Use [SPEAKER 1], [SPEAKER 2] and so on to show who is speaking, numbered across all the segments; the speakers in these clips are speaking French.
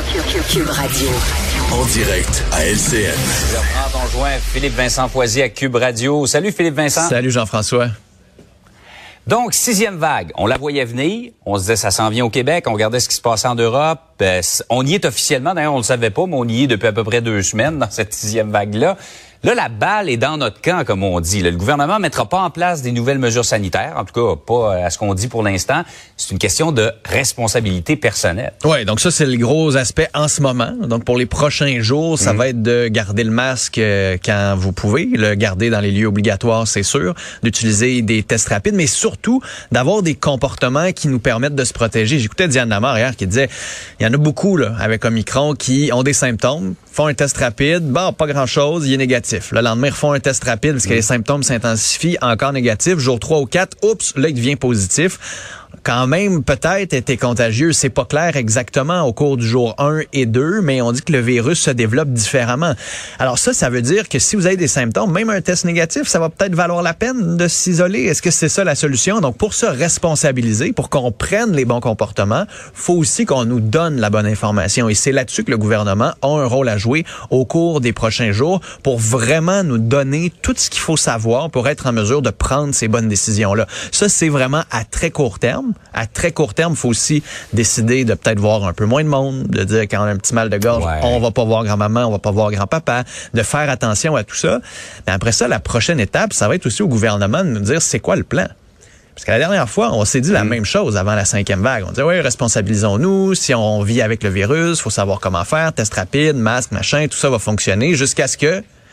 [SPEAKER 1] Cube Radio.
[SPEAKER 2] En direct à LCN.
[SPEAKER 3] Je reprends ton joint Philippe-Vincent Foisy à Cube Radio. Salut Philippe-Vincent.
[SPEAKER 4] Salut Jean-François.
[SPEAKER 3] Donc, 6e vague, on la voyait venir. On se disait, ça s'en vient au Québec. On regardait ce qui se passait en Europe. On y est officiellement. D'ailleurs, on le savait pas, mais on y est depuis à peu près 2 semaines dans cette 6e vague-là. Là, la balle est dans notre camp, comme on dit. Le gouvernement mettra pas en place des nouvelles mesures sanitaires. En tout cas, pas à ce qu'on dit pour l'instant. C'est une question de responsabilité personnelle.
[SPEAKER 4] Oui, donc ça, c'est le gros aspect en ce moment. Donc, pour les prochains jours, ça va être de garder le masque quand vous pouvez, le garder dans les lieux obligatoires, c'est sûr, d'utiliser des tests rapides, mais surtout d'avoir des comportements qui nous permettent de se protéger. J'écoutais Diane Lamar hier qui disait, il y en a beaucoup là avec Omicron qui ont des symptômes, font un test rapide, bon, pas grand-chose, il est négatif. Le lendemain, ils refont un test rapide parce que les symptômes s'intensifient, encore négatif. Jour 3 ou 4, oups, là, il devient positif. Quand même, peut-être été contagieux. C'est pas clair exactement au cours du jour 1 et 2, mais on dit que le virus se développe différemment. Alors ça veut dire que si vous avez des symptômes, même un test négatif, ça va peut-être valoir la peine de s'isoler. Est-ce que c'est ça la solution? Donc, pour se responsabiliser, pour qu'on prenne les bons comportements, faut aussi qu'on nous donne la bonne information. Et c'est là-dessus que le gouvernement a un rôle à jouer au cours des prochains jours pour vraiment nous donner tout ce qu'il faut savoir pour être en mesure de prendre ces bonnes décisions-là. Ça, c'est vraiment à très court terme. À très court terme, il faut aussi décider de peut-être voir un peu moins de monde, de dire quand on a un petit mal de gorge, on va pas voir grand-maman, on va pas voir grand-papa, de faire attention à tout ça. Mais après ça, la prochaine étape, ça va être aussi au gouvernement de nous dire c'est quoi le plan. Parce que la dernière fois, on s'est dit la même chose avant la 5e vague. On disait, oui, responsabilisons-nous. Si on vit avec le virus, faut savoir comment faire. Test rapide, masque, machin, tout ça va fonctionner jusqu'à ce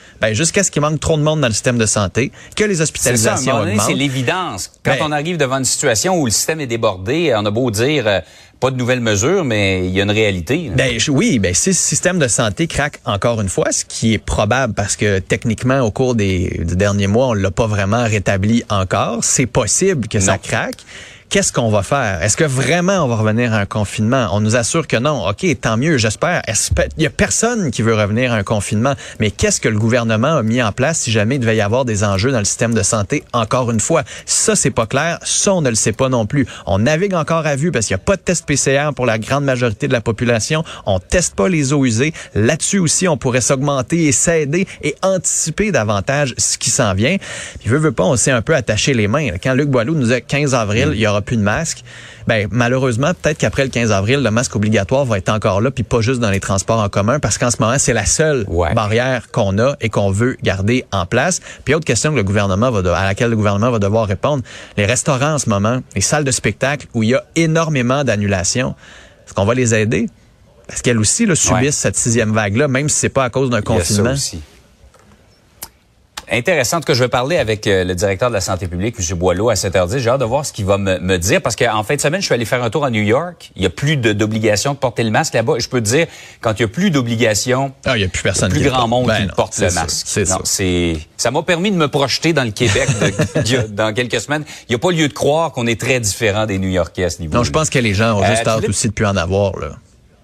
[SPEAKER 4] qu'il manque trop de monde dans le système de santé, que les hospitalisations augmentent.
[SPEAKER 3] C'est l'évidence. Quand on arrive devant une situation où le système est débordé, on a beau dire pas de nouvelles mesures, mais il y a une réalité.
[SPEAKER 4] Si le système de santé craque encore une fois, ce qui est probable parce que techniquement, au cours des derniers mois, on l'a pas vraiment rétabli encore, c'est possible que ça craque. Qu'est-ce qu'on va faire? Est-ce que vraiment on va revenir à un confinement? On nous assure que non. OK, tant mieux, j'espère. Il y a personne qui veut revenir à un confinement. Mais qu'est-ce que le gouvernement a mis en place si jamais il devait y avoir des enjeux dans le système de santé? Encore une fois, ça, c'est pas clair. Ça, on ne le sait pas non plus. On navigue encore à vue parce qu'il n'y a pas de test PCR pour la grande majorité de la population. On teste pas les eaux usées. Là-dessus aussi, on pourrait s'augmenter et s'aider et anticiper davantage ce qui s'en vient. Puis veut pas, on s'est un peu attaché les mains. Quand Luc Boileau nous a 15 avril, il y aura plus de masque. Malheureusement, peut-être qu'après le 15 avril, le masque obligatoire va être encore là, puis pas juste dans les transports en commun, parce qu'en ce moment, c'est la seule barrière qu'on a et qu'on veut garder en place. Puis autre question que à laquelle le gouvernement va devoir répondre, les restaurants en ce moment, les salles de spectacle où il y a énormément d'annulations, est-ce qu'on va les aider? Parce qu'elles aussi subissent cette 6e vague-là, même si c'est pas à cause d'un confinement.
[SPEAKER 3] Il y a ça aussi. Intéressant. En tout cas, je vais parler avec le directeur de la santé publique, M. Boileau, à 7h10. J'ai hâte de voir ce qu'il va me dire, parce qu'en fin de semaine, je suis allé faire un tour à New York. Il y a plus d'obligation de porter le masque là-bas. Je peux te dire, quand il y a plus d'obligation,
[SPEAKER 4] il y a plus personne,
[SPEAKER 3] plus grand monde qui porte le masque. Ça m'a permis de me projeter dans le Québec dans quelques semaines. Il n'y a pas lieu de croire qu'on est très différent des New-Yorkais à ce niveau.
[SPEAKER 4] Non, je pense que les gens ont juste hâte aussi de plus en avoir, là.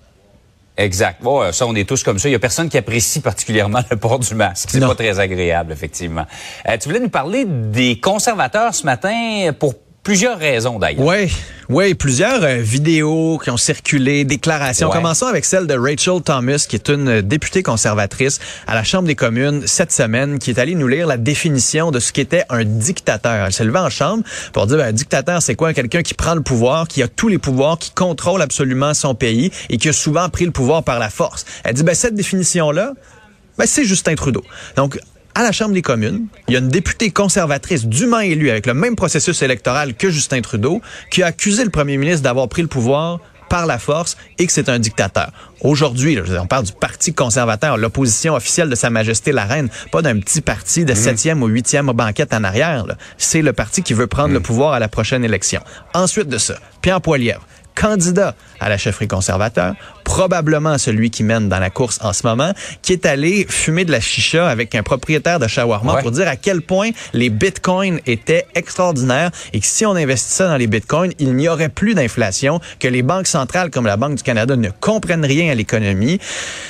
[SPEAKER 3] Exact. Bon, ça, on est tous comme ça. Il y a personne qui apprécie particulièrement le port du masque. C'est pas très agréable, effectivement. Tu voulais nous parler des conservateurs ce matin pour plusieurs raisons, d'ailleurs.
[SPEAKER 4] Oui, plusieurs vidéos qui ont circulé, déclarations. Commençons avec celle de Rachel Thomas, qui est une députée conservatrice à la Chambre des communes cette semaine, qui est allée nous lire la définition de ce qu'était un dictateur. Elle s'est levée en chambre pour dire, un dictateur, c'est quoi? Quelqu'un qui prend le pouvoir, qui a tous les pouvoirs, qui contrôle absolument son pays et qui a souvent pris le pouvoir par la force. Elle dit, cette définition-là, c'est Justin Trudeau. Donc, à la Chambre des communes, il y a une députée conservatrice dûment élue avec le même processus électoral que Justin Trudeau qui a accusé le premier ministre d'avoir pris le pouvoir par la force et que c'est un dictateur. Aujourd'hui, on parle du Parti conservateur, l'opposition officielle de Sa Majesté la Reine, pas d'un petit parti de 7e ou 8e banquette en arrière. C'est le parti qui veut prendre le pouvoir à la prochaine élection. Ensuite de ça, Pierre Poilievre, candidat à la chefferie conservateur, probablement celui qui mène dans la course en ce moment, qui est allé fumer de la chicha avec un propriétaire de shawarma pour dire à quel point les bitcoins étaient extraordinaires et que si on investissait dans les bitcoins, il n'y aurait plus d'inflation, que les banques centrales comme la Banque du Canada ne comprennent rien à l'économie.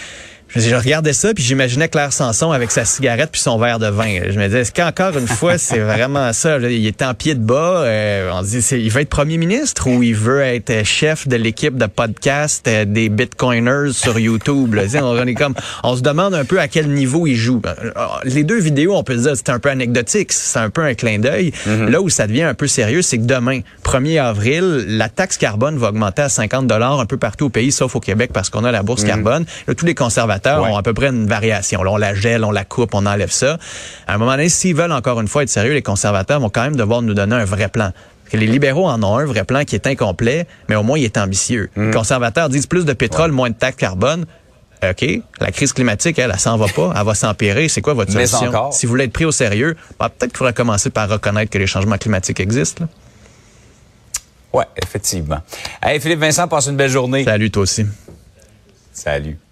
[SPEAKER 4] Je regardais ça, puis j'imaginais Claire Sanson avec sa cigarette puis son verre de vin. Je me disais, est-ce qu'encore une fois, c'est vraiment ça? Là, il est en pied de bas. On dit, il veut être premier ministre ou il veut être chef de l'équipe de podcast des Bitcoiners sur YouTube? Là. On se demande un peu à quel niveau il joue. Les deux vidéos, on peut dire, c'est un peu anecdotique. C'est un peu un clin d'œil. Mm-hmm. Là où ça devient un peu sérieux, c'est que demain, 1er avril, la taxe carbone va augmenter à 50$ un peu partout au pays, sauf au Québec parce qu'on a la bourse carbone. Là, tous les conservateurs ont à peu près une variation. Là, on la gèle, on la coupe, on enlève ça. À un moment donné, s'ils veulent encore une fois être sérieux, les conservateurs vont quand même devoir nous donner un vrai plan. Parce que les libéraux en ont un vrai plan qui est incomplet, mais au moins il est ambitieux. Les conservateurs disent plus de pétrole, moins de taxes carbone. OK, la crise climatique, elle s'en va pas, elle va s'empirer. C'est quoi votre solution? Si vous voulez être pris au sérieux, peut-être qu'il faudrait commencer par reconnaître que les changements climatiques existent.
[SPEAKER 3] Oui, effectivement. Hey, Philippe Vincent, passe une belle journée.
[SPEAKER 4] Salut, toi aussi.
[SPEAKER 3] Salut.